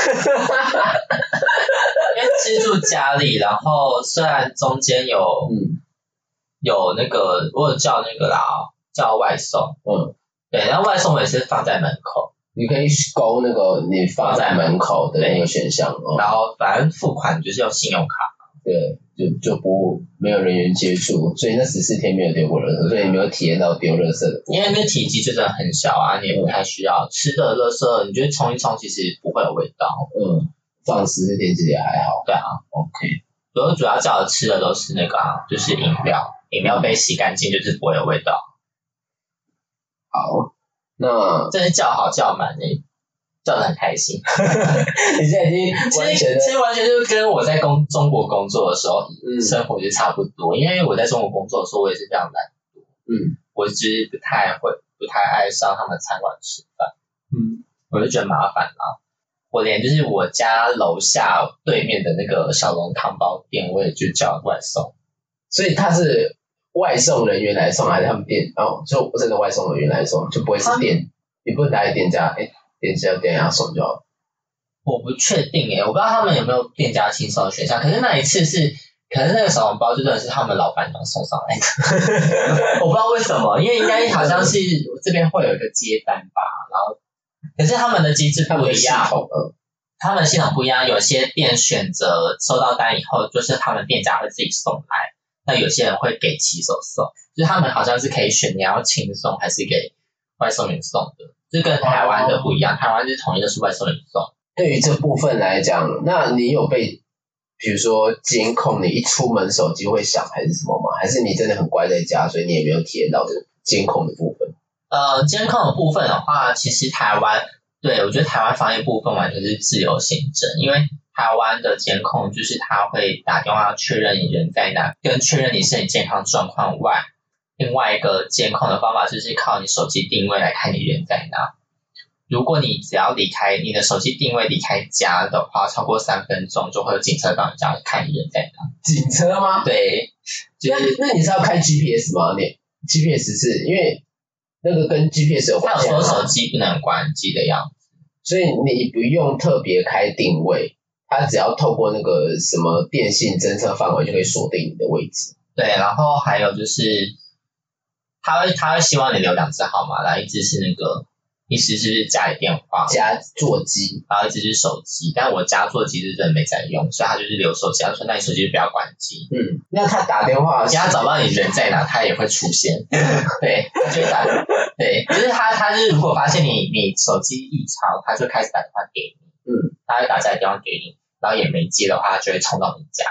因为居住家里，然后虽然中间有那个我有叫那个啦，叫外送。对，然后外送我也是放在门口。你可以勾那个你放在门口的那个选项。然后反正付款就是用信用卡。对，就没有人员接触，所以那14天没有丢过垃圾，所以你没有体验到丢垃圾的。因为那体积就真的很小啊，你也不太需要吃的垃圾，你觉得冲一冲其实不会有味道。放14天其实也还好。对啊 ，OK。我主要叫的吃的都是那个就是饮料被洗干净，就是不会有味道。好，那这是叫好叫满叫得很开心。 你现在已经完全的， 其实完全就是跟我在中国工作的时候，生活就差不多。因为我在中国工作的时候，我也是非常懒惰，我就是不太爱上他们餐馆吃饭，我就觉得麻烦啦。我连就是我家楼下对面的那个小笼汤包店，我也就叫外送。 所以他是外送人员来送，还是他们店就真的外送人员来送，就不会是店，你不能打给店家，店家送就好。 我不确定我不知道他们有没有店家轻松的选项，可是那一次是，可能那个小笼包就真的是他们老板娘送上来的，我不知道为什么，因为应该好像是这边会有一个接单吧，然后可是他们的机制不一样，他们系统不一样，有些店选择收到单以后，就是他们店家会自己送来，那有些人会给骑手送，就是他们好像是可以选你要轻送还是给外送员送的，这跟台湾的不一样，台湾是统一的是外送员送。 对于这部分来讲，那你有被比如说监控，你一出门手机会响还是什么吗？还是你真的很乖在家，所以你也没有体验到这个监控的部分？ 监控的部分的话，其实台湾，对，我觉得台湾防疫部分完全是自由行政，因为台湾的监控就是他会打电话确认你人在哪，跟确认你身体健康状况外，另外一个监控的方法就是靠你手机定位来看你人在哪。如果你只要离开你的手机定位离开家的话，超过3分钟就会有警车到你家看你人在哪。 警车吗？ 对， 那你是要开 GPS 吗？你 GPS 是因为那个跟 GPS 有关系， 他有说手机不能关机的样子， 所以你不用特别开定位，它只要透过那个什么电信侦测范围就可以锁定你的位置。 对，然后还有就是他会希望你留2只号码啦，一只是那个。意思是家里电话、 加座机， 然后一直是手机，但我家座机是真的没在用，所以他就是留手机。他说：“那你手机就不要关机。” 那他打电话， 只要找到你人在哪，他也会出现。对，他就会打。对，就是他就是如果发现你手机异常，他就开始打电话给你。他会打家里电话给你，然后也没接的话，他就会冲到你家。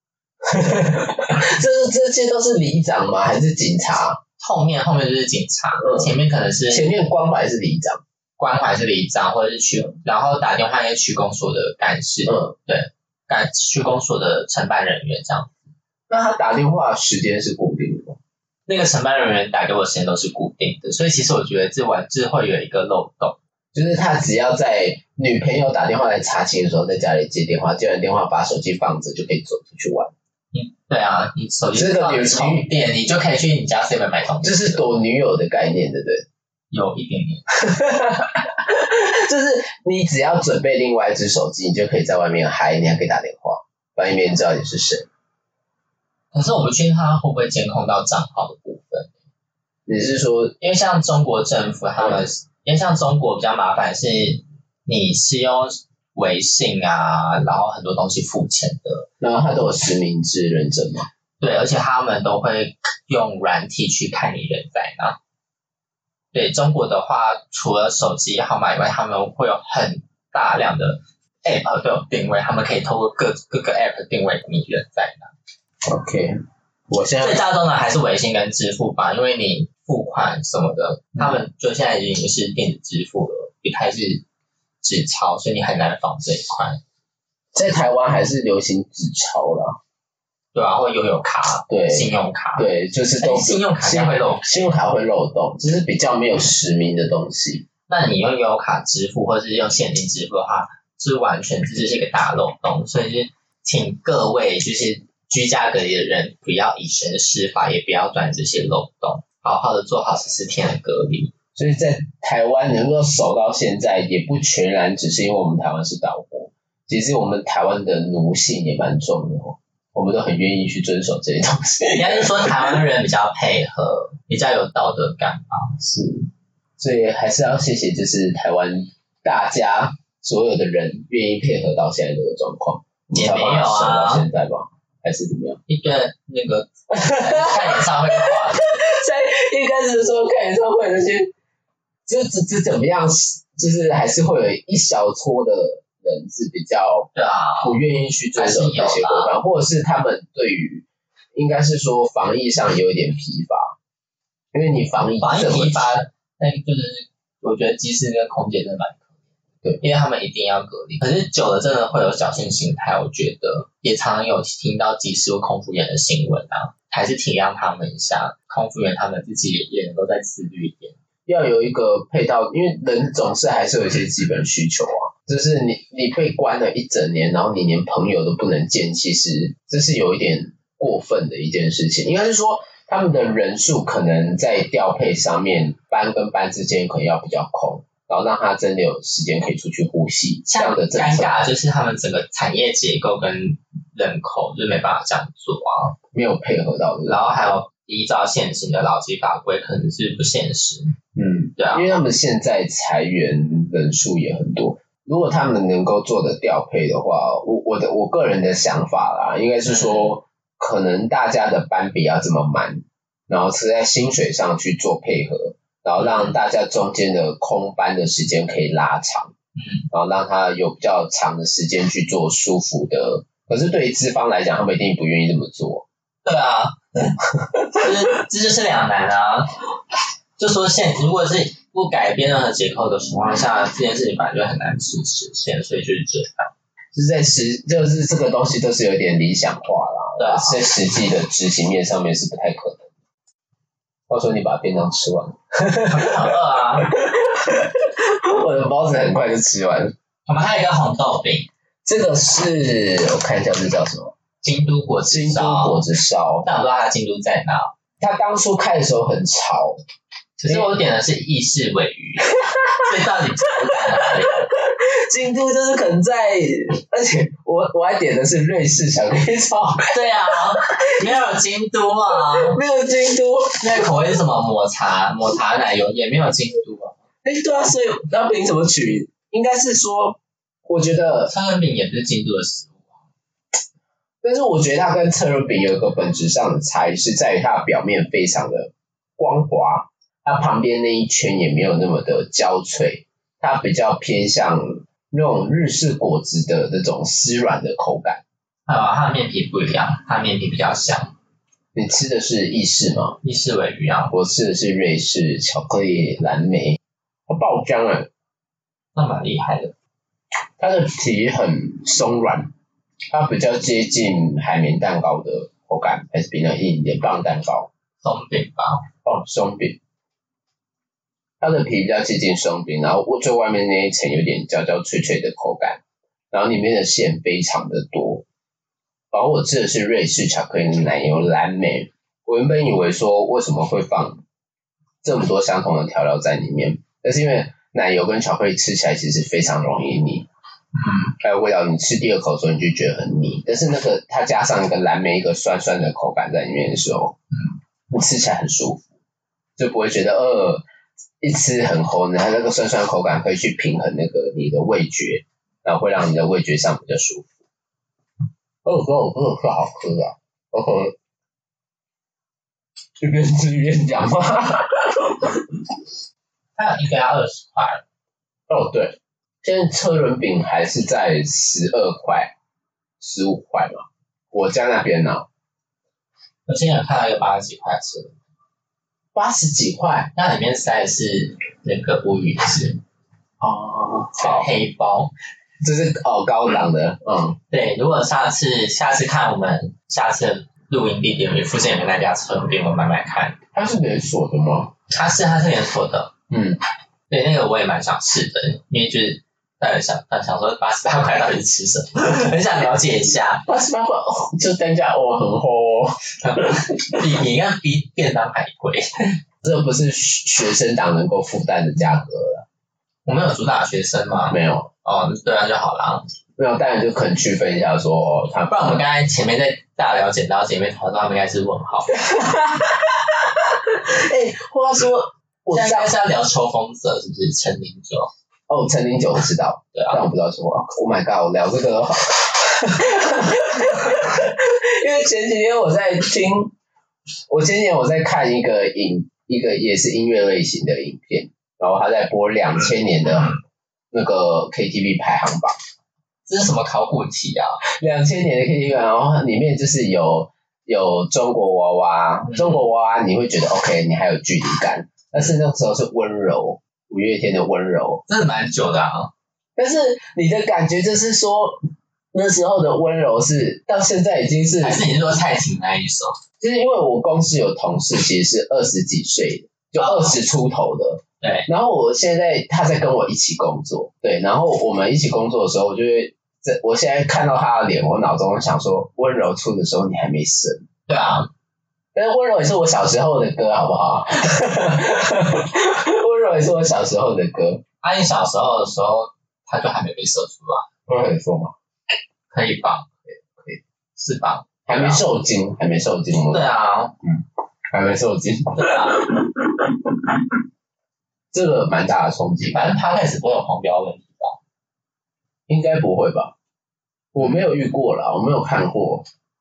这些都是里长吗？还是警察？ 后面就是警察，前面可能是前面关怀是里长， 或者是然后打电话给区公所的干事，对，区公所的承办人员这样。 那他打电话时间是固定的吗？ 那个承办人员打给我的时间都是固定的，所以其实我觉得这会有一个漏洞， 就是他只要在女朋友打电话来查寝的时候，在家里接电话，接完电话把手机放着就可以走出去玩。 对啊，你手机放着充电，你就可以去你家 7-Eleven 买东西。 这是躲女友的概念，对不对？ 有一点点。 就是你只要准备另外一只手机，你就可以在外面嗨，你还可以打电话，让别人知道你是谁。 可是我不确定他会不会监控到账号的部分。 你是说， 因为像中国政府他们，因为像中国比较麻烦是，你是用微信啊，然后很多东西付钱的， 然后他都有实名制认证吗？ 对，而且他们都会用软体去看你人在哪。对，中国的话，除了手机号码以外，他们会有很大量的 App 都有定位，他们可以透过各个 App 定位你人在哪。 OK， 我现在最大宗的还是微信跟支付吧，因为你付款什么的，他们就现在已经是电子支付了，一开始纸钞，所以你很难防这一块。 在台湾还是流行纸钞啦， 对啊，或悠游卡， 对， 信用卡， 对，就是都信用卡会漏， 信用卡会漏洞，就是比较没有实名的东西。 那你用悠游卡支付或者是用现金支付的话，是完全这就是一个大漏洞，所以就请各位就是居家隔离的人不要以身试法，也不要钻这些漏洞，好好的做好14天的隔离。 所以在台湾能够守到现在，也不全然只是因为我们台湾是岛国，其实我们台湾的奴性也蛮重的哦，我们都很愿意去遵守这些东西。 应该是说台湾人比较配合，比较有道德感吧。 是，所以还是要谢谢，就是台湾大家所有的人愿意配合到现在这个状况。 也没有啊， 到现在吧，还是怎么样？ 一堆那个看演唱会的话， 在一开始的时候看演唱会那些，这怎么样？就是还是会有一小撮的人是比较不愿意去遵守这些规范，或者是他们对于应该是说防疫上有一点疲乏，因为你防疫疲乏， 那个就是我觉得机师跟空姐真的蛮可怜的。 对， 因为他们一定要隔离。可是久了真的会有侥幸心态，我觉得也常常有听到技师或空服员的新闻啊，还是体谅他们一下，空服员他们自己也能够再自律一点。 要有一个配套，因为人总是还是有一些基本需求啊。就是你被关了一整年，然后你连朋友都不能见，其实这是有一点过分的一件事情。应该是说他们的人数可能在调配上面，班跟班之间可能要比较空，然后让他真的有时间可以出去呼吸。这样的政策尴尬就是他们整个产业结构跟人口就没办法这样做啊， 没有配合到的。 然后还有依照现行的劳基法规，可能是不现实。对啊， 因为他们现在裁员人数也很多。如果他们能够做的调配的话，我个人的想法啦，应该是说，可能大家的班比要这么满，然后是在薪水上去做配合，然后让大家中间的空班的时间可以拉长，然后让他有比较长的时间去做舒服的。可是对于资方来讲，他们一定不愿意这么做。 对啊，这就是两难啊。就说如果是不改变任何结构的情况下，这件事情本来就很难实现，所以就是这样。 就是这个东西都是有点理想化啦， 对啊， 在实际的执行面上面是不太可能。到时候你把便当吃完了， 好饿啊！ 我的包子很快就吃完了。 我们还有一个红豆饼， 这个是我看一下这叫什么？ 京都果子烧。 京都果子烧， 但我不知道它京都在哪。 它当初开的时候很潮， 可是我点的是意式鲔鱼，所以到底京都在哪里？ 京都就是可能在，而且我还点的是瑞士巧克力烧。 对啊，没有京都啊， 没有京都。 那个口味是什么？抹茶奶油也没有京都啊。 对啊，所以那凭什么取？应该是说，我觉得车轮饼也不是京都的食物啊。 但是我觉得它跟车轮饼有一个本质上的差异，是在于它的表面非常的光滑，它旁边那一圈也没有那么的焦脆，它比较偏向那种日式果子的那种丝软的口感。 它的面皮不一样，它的面皮比较香。 你吃的是意式吗？ 意式鲔鱼啊。 我吃的是瑞士巧克力蓝莓，它爆浆了。 那蛮厉害的。 它的皮很松软，它比较接近海绵蛋糕的口感，还是比较硬一点，棒蛋糕。 松饼吧。 松饼。它的皮比较接近松饼，然后最外面那一层有点焦焦脆脆的口感，然后里面的馅非常的多。然后我吃的是瑞士巧克力奶油蓝莓，我原本以为说为什么会放这么多相同的调料在里面，但是因为奶油跟巧克力吃起来其实非常容易腻，还有味道，你吃第二口的时候你就觉得很腻，但是那个它加上一个蓝莓一个酸酸的口感在里面的时候，你吃起来很舒服，就不会觉得一吃很齁，它那个酸酸的口感可以去平衡那个你的味觉，然后会让你的味觉上比较舒服。我说好喝啊，一边吃一边讲话。 它一个要20块。 对，现在车轮饼还是在12块、15块嘛。我家那边呢， 我之前有看到一个80几块吃 ，80几块， 那里面塞的是那个乌鱼子。 好， 黑包。 这是高档的， 对，如果下次看我们下次录音地点附近有那家车轮饼，我买看。 它是连锁的吗？ 它是连锁的。对，那个我也蛮想试的，因为就是想说88块到底是吃什么，很想了解一下。 88块就单价很齁你看比便当还贵。 这不是学生党能够负担的价格了。 我们有主打学生吗？ 没有。 对啊就好啦。 没有，当然就可能区分一下说不然我们刚才前面在大聊剪刀姐妹淘，他们应该是问号。 话说我现在应该是要聊秋风者是不是？陈零九。 陈零九我知道， 对啊， 但我不知道什么。Oh my god， 我聊这个的话，因为前几天我在看一个也是音乐类型的影片，然后他在播2000年的那个 KTV 排行榜。 这是什么考古题啊 ？2000年的 KTV， 然后里面就是有中国娃娃，中国娃娃你会觉得 OK， 你还有距离感，但是那时候是温柔，5月天的温柔， 真的蛮久的啊。 但是你的感觉就是说，那时候的温柔是到现在已经是， 还是你是说蔡琴那一首？ 就是因为我公司有同事其实是20几岁的，就20出头的。 对。 然后他在跟我一起工作，对，然后我们一起工作的时候，我现在看到他的脸，我脑中想说，温柔出的时候你还没生。 对啊。 但是温柔也是我小时候的歌，好不好？温柔也是我小时候的歌。 你小时候的时候，他就还没被射出来。 不可以说吗？ 可以吧？可以，是吧？ 还没受精，还没受精吗？ 对啊， 还没受精。 对啊， 这个蛮大的冲击。 反正他开始不会有黄标问题吧？ 应该不会吧？我没有遇过啦，我没有看过。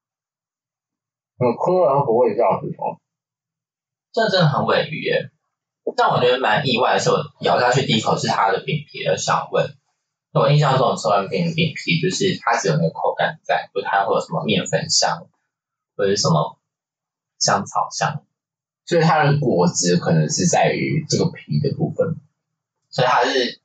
哭然后不会笑死哦。 这真的很委屈耶。但我觉得蛮意外的是，我咬下去第一口是它的饼皮，而想问，我印象中的寿安饼皮就是它只有那个口感在，不太会有什么面粉香或者是什么香草香， 所以它的果子可能是在于这个皮的部分， 所以它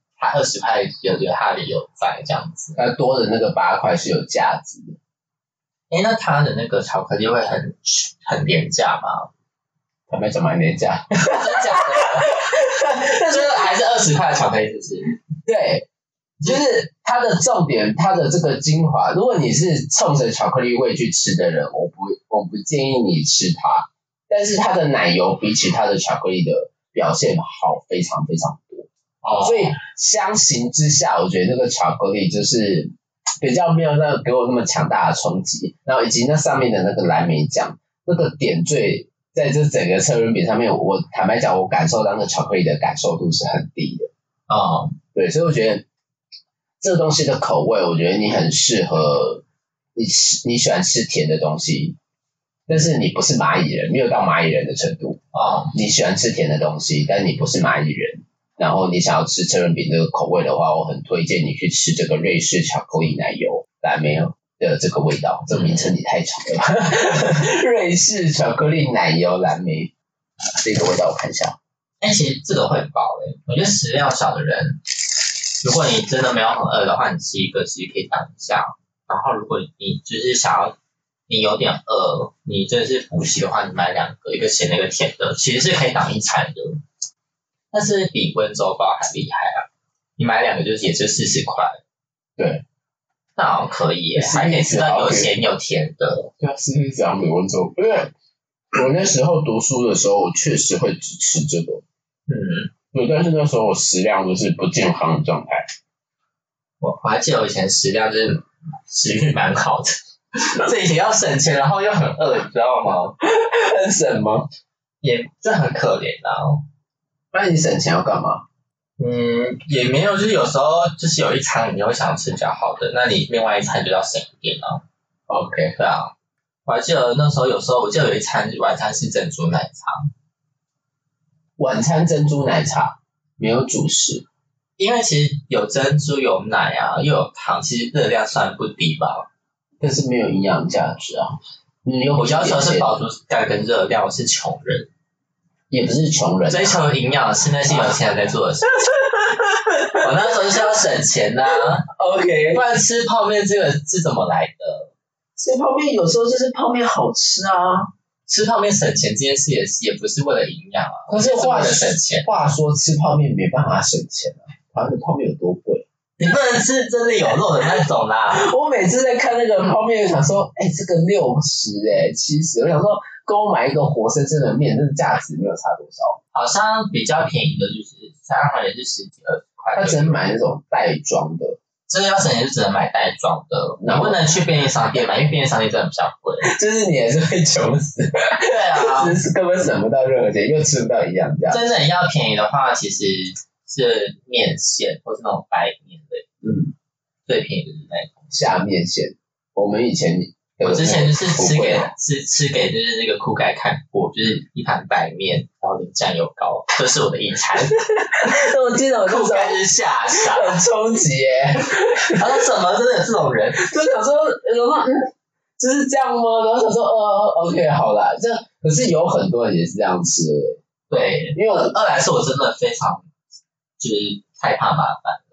20块有它的理由在这样子， 它多的那个8块是有价值的。 那它的那个巧克力会很廉价吗？ 坦白讲蛮廉价， 真假的？但是还是20块的巧克力，是不是？ 对，就是它的重点，它的这个精华。如果你是冲着巧克力味去吃的人，我不建议你吃它。但是它的奶油比起它的巧克力的表现好非常非常多。所以相形之下，我觉得那个巧克力就是比较没有给我那么强大的冲击。然后以及那上面的那个蓝莓酱，那个点缀。在这整个车轮饼上面，我坦白讲，我感受到那个巧克力的感受度是很低的。对，所以我觉得这个东西的口味，我觉得你很适合你喜欢吃甜的东西，但是你不是蚂蚁人，没有到蚂蚁人的程度。你喜欢吃甜的东西，但你不是蚂蚁人，然后你想要吃车轮饼这个口味的话，我很推荐你去吃这个瑞士巧克力奶油蓝莓的这个味道，这个名称也太长了吧？瑞士巧克力奶油蓝莓，这个味道我看一下。 其实这个会饱我觉得食量小的人，如果你真的没有很饿的话，你吃一个其实可以挡一下。然后如果你就是想要，你有点饿，你真的是补习的话，你买2个，一个咸的，一个甜的，其实是可以挡一餐的。但是比温州包还厉害啊！你买2个就是也是40块。对。那好像可以还可以吃到有咸有甜的。 对啊，CP值好像比温州，因为我那时候读书的时候，我确实会只吃这个。对，但是那时候我食量就是不健康的状态。 我还记得我以前食量就是食欲蛮好的，这以前要省钱，然后又很饿，你知道吗？ 很省吗？ 这很可怜啊。 那你省钱要干嘛？ 也没有，就是有时候就是有一餐你会想吃比较好的，那你另外一餐就要省一点啊。 OK， 对啊，我还记得那时候我记得有一餐晚餐是珍珠奶茶。 晚餐珍珠奶茶没有主食， 因为其实有珍珠有奶啊，又有糖，其实热量算不低吧。 但是没有营养价值啊。 我要求是饱足感跟热量，我是穷人。 也不是穷人， 追求营养是那些有钱人在做的事情。我那时候就是要省钱 OK， 不然吃泡面这个是怎么来的？ 吃泡面有时候就是泡面好吃啊。 吃泡面省钱这件事也不是为了营养啊， 可是为了省钱。 话说吃泡面没办法省钱啊，台湾的泡面有多贵？ 你不能吃真的有肉的那种啦。 我每次在看那个泡面，想说，这个60 70，我想说，跟我买一个活生生的面，这个价值没有差多少。 好像比较便宜的就是3块也是10几20块。 他只能买那种袋装的。 真的要省钱就只能买袋装的，你不能去便利商店买，因为便利商店真的比较贵。 就是你还是会穷死。 对啊， 就是根本省不到任何钱，又吃不到营养价。 真的要便宜的话，其实是面线或是那种白面的。最便宜的是那种下面线。我们以前我之前就是吃给就是那个酷盖看过，就是一盘白面，然后淋酱油膏，这是我的一餐。 我记得我酷盖是下傻， 很冲击耶。 他说怎么真的有这种人？ 就想说，就是这样吗？然后想说，OK， 好啦，这可是有很多人也是这样吃的。 对，因为二来是我真的非常就是太怕麻烦。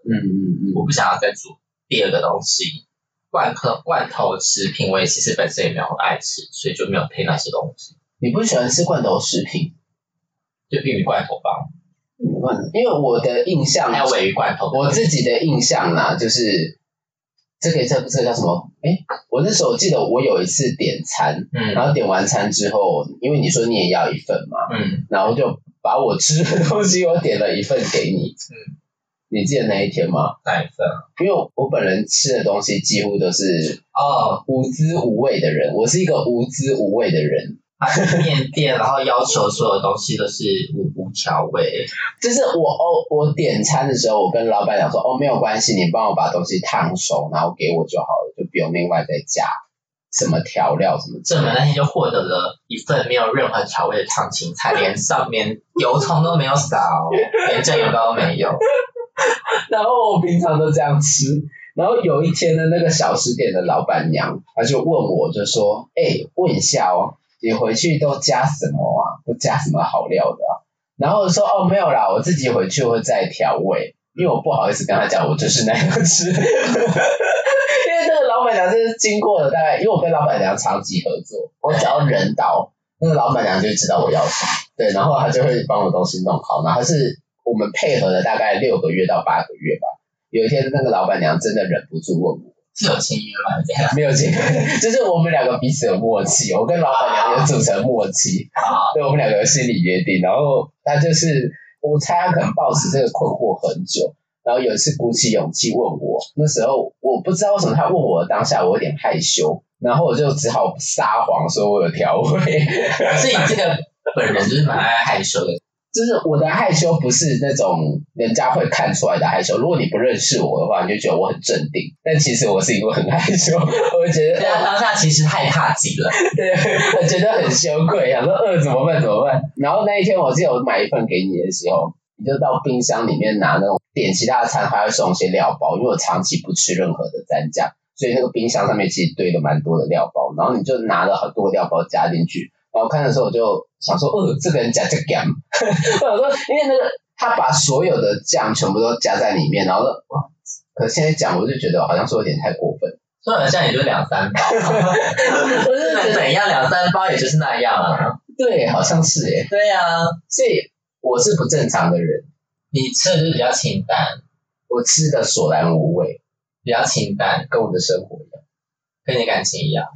我不想要再煮第二个东西。罐头食品我也其实本身也没有很爱吃，所以就没有配那些东西。 你不喜欢吃罐头食品？ 就玉米罐头吧。 因为我的印象还有鲔鱼罐头， 我自己的印象啦，就是这个叫什么？我那时候记得我有一次点餐，然后点完餐之后，因为你说你也要一份嘛，然后就把我吃的东西我点了一份给你，你记得那一天吗？ 哪一份？ 因为我本人吃的东西几乎都是无滋无味的人，我是一个无滋无味的人。 他是面店，然后要求所有东西都是无调味。 就是我点餐的时候，我跟老板讲说，没有关系，你帮我把东西烫熟，然后给我就好了，就不用另外再加什么调料什么。 所以我们那天就获得了一份没有任何调味的烫青菜，连上面油葱都没有撒连酱油膏都没有。 然后我平常都这样吃，然后有一天呢，那个小吃店的老板娘，她就问我，就说，问一下你回去都加什么啊？都加什么好料的啊？然后我说没有啦，我自己回去会再调味，因为我不好意思跟他讲我就是那样吃，因为那个老板娘就是经过了大概，因为我跟老板娘长期合作，我只要人到，那个老板娘就知道我要什么，对，然后她就会帮我东西弄好，然后是我们配合了大概6个月到8个月吧。有一天那个老板娘真的忍不住问我。 是有签约吗？ 没有签约，就是我们两个彼此有默契，我跟老板娘有组成默契，对，我们两个有心理约定。然后他就是我猜他可能抱持这个困惑很久，然后有一次鼓起勇气问我，那时候我不知道为什么他问我的当下我有点害羞，然后我就只好撒谎说我有调味。 所以你这个本人就是蛮爱害羞的。 就是我的害羞不是那种人家会看出来的害羞，如果你不认识我的话，你就觉得我很镇定，但其实我是一个很害羞，我觉得当下其实害怕极了， 对，我觉得很羞愧，想说怎么办？然后那一天我记得我买一份给你的时候，你就到冰箱里面拿那种点其他的餐，还会送一些料包，因为我长期不吃任何的蘸酱，所以那个冰箱上面其实堆了蛮多的料包，然后你就拿了很多料包加进去。然后看的时候我就想说，这个人加这酱，我想说，因为那个他把所有的酱全部都加在里面，然后可是现在讲我就觉得好像说有点太过分。 所有的酱也就2-3包，我是觉得怎样2-3包也就是那样啊。 对，好像是耶。 对啊， 所以我是不正常的人。 你吃的就是比较清淡， 我吃的索然无味， 比较清淡， 跟我的生活一样， 跟你的感情一样。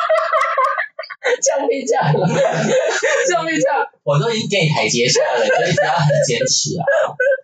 橡皮酱， 我都已经给你台阶下了，你就一直要很坚持啊。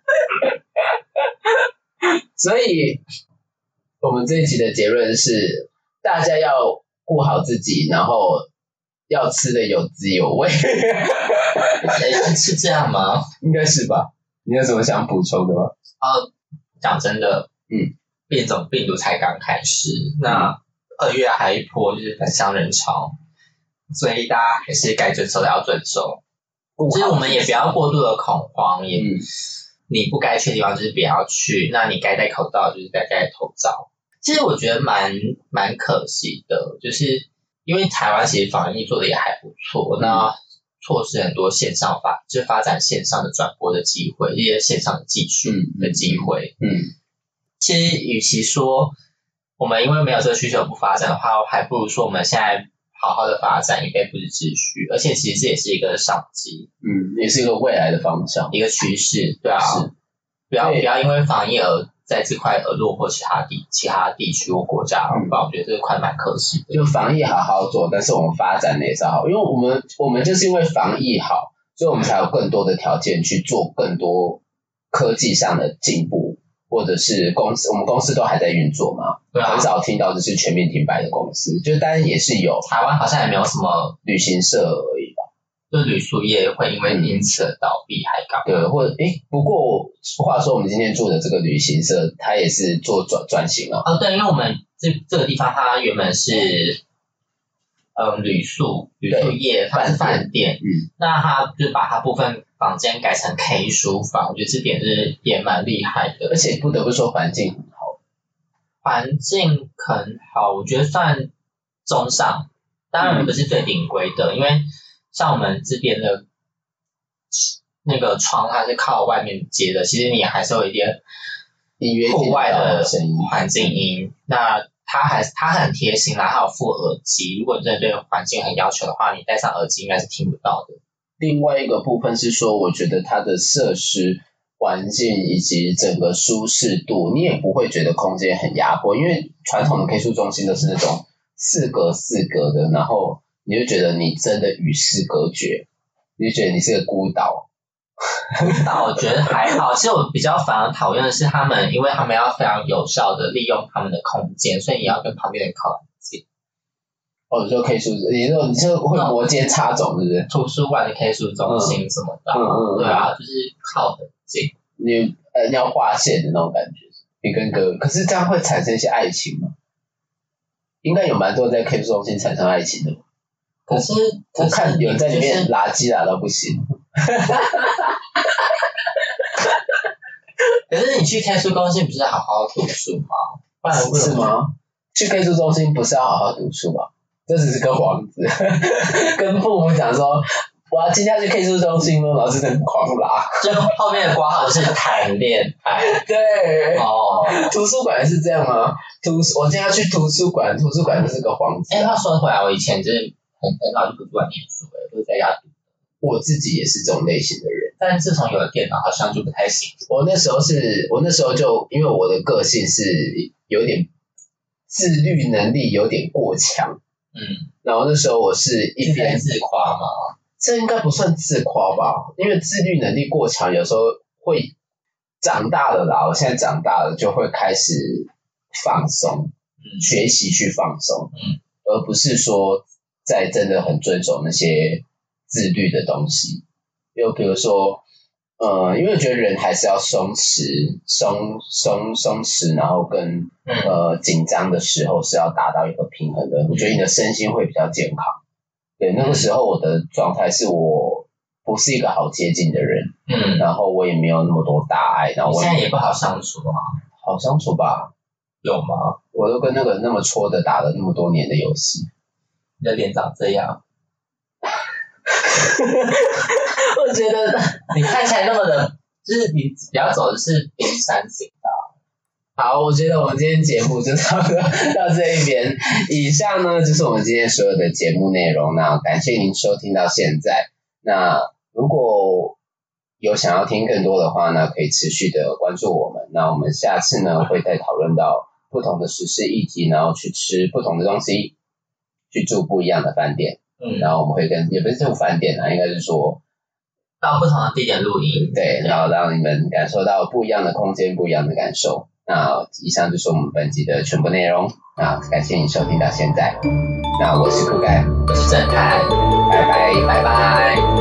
所以，我们这一集的结论是，大家要顾好自己，然后要吃的有滋有味。 是这样吗？ 应该是吧？你有什么想补充的吗？ 讲真的，变种病毒才刚开始，那2月还一波就是返乡人潮。所以大家还是该遵守的要遵守，其实我们也不要过度的恐慌，也你不该去的地方就是不要去，那你该戴口罩就是该戴口罩。其实我觉得蛮可惜的，就是因为台湾其实防疫做的也还不错，那错失很多线上就是发展线上的转播的机会，一些线上的技术的机会。其实与其说我们因为没有这个需求不发展的话，还不如说我们现在好好的发展，以备不时之需，而且其实这也是一个商机， 也是一个未来的方向， 一个趋势，对啊，不要因为防疫而在这块而落后其他地区或国家，我觉得这块蛮可惜的。 就防疫好好做，但是我们发展的也是好，因为我们就是因为防疫好，所以我们才有更多的条件去做更多科技上的进步。或者是我们公司都还在运作嘛， 对啊， 很少听到就是全面停摆的公司，就当然也是有， 台湾好像也没有什么旅行社而已吧， 就旅宿业会因为因此而倒闭还刚对，或者不过话说我们今天住的这个旅行社，它也是做转型了。 对，因为我们这个地方它原本是旅宿业，它是饭店，那它就把它部分房间改成 K 书房，我觉得这点是也蛮厉害的， 而且不得不说环境很好。 环境很好，我觉得算中上，当然不是最顶规的，因为像我们这边的那个窗它是靠外面接的，其实你还是有一点隐约户外的声音环境音。那它很贴心啦，它有附耳机，如果真的对环境很要求的话，你戴上耳机应该是听不到的。 另外一个部分是说，我觉得它的设施环境以及整个舒适度，你也不会觉得空间很压迫，因为传统的 K 书中心都是那种4格4格的，然后你就觉得你真的与世隔绝，你就觉得你是个孤岛。 那我觉得还好，其实我比较反而讨厌的是他们，因为他们要非常有效的利用他们的空间，所以你要跟旁边人靠很近。 哦，你说 K 书，你说会摩肩擦踵，是不是？ 图书馆的 K 书中心什么的，对啊，就是靠很近。 你要划线的那种感觉，你跟哥，可是这样会产生一些爱情吗？应该有蛮多人在 K 书中心产生爱情的。 可是我看有人在里面拉鸡拉到不行。 可是你去 K 书中心不是好好读书吗？不然是吗？去 K 书中心不是要好好读书吧？这只是个幌子，跟父母讲说，我要今天要去 K 书中心咯，老师很狂拉， 就后面的括号就是谈恋爱。 对， 哦， 图书馆是这样吗？我今天要去图书馆，图书馆就是个幌子。 话说回来，我以前就是很少去图书馆念书，都是在家读。 我自己也是这种类型的人， 但自从有了电脑，好像就不太行。 我那时候就因为我的个性是有点自律能力有点过强，然后那时候我是一边自夸吗？ 这应该不算自夸吧，因为自律能力过强，有时候会长大了啦。我现在长大了，就会开始放松，学习去放松，而不是说在真的很遵守那些自律的东西。又比如说，因为我觉得人还是要松弛，然后跟紧张的时候是要达到一个平衡的。我觉得你的身心会比较健康。对，那个时候我的状态是我不是一个好接近的人，然后我也没有那么多大爱，然后我现在也不好相处吗？ 好相处吧？ 有吗？ 我都跟那个那么戳的打了那么多年的游戏， 你的脸长这样。 我觉得你看起来那么的，就是你比较走的是冰山型的。 好，我觉得我们今天节目就差不多到这一边。以上呢就是我们今天所有的节目内容。那感谢您收听到现在。那如果有想要听更多的话呢，可以持续的关注我们。那我们下次呢会再讨论到不同的时事议题，然后去吃不同的东西，去住不一样的饭店。然后我们会也不是住饭店啊，应该是说到不同的地点录音， 对，然后让你们感受到不一样的空间，不一样的感受。那以上就是我们本集的全部内容。那感谢你收听到现在。那我是酷盖， 我是正太， 拜拜， 拜拜。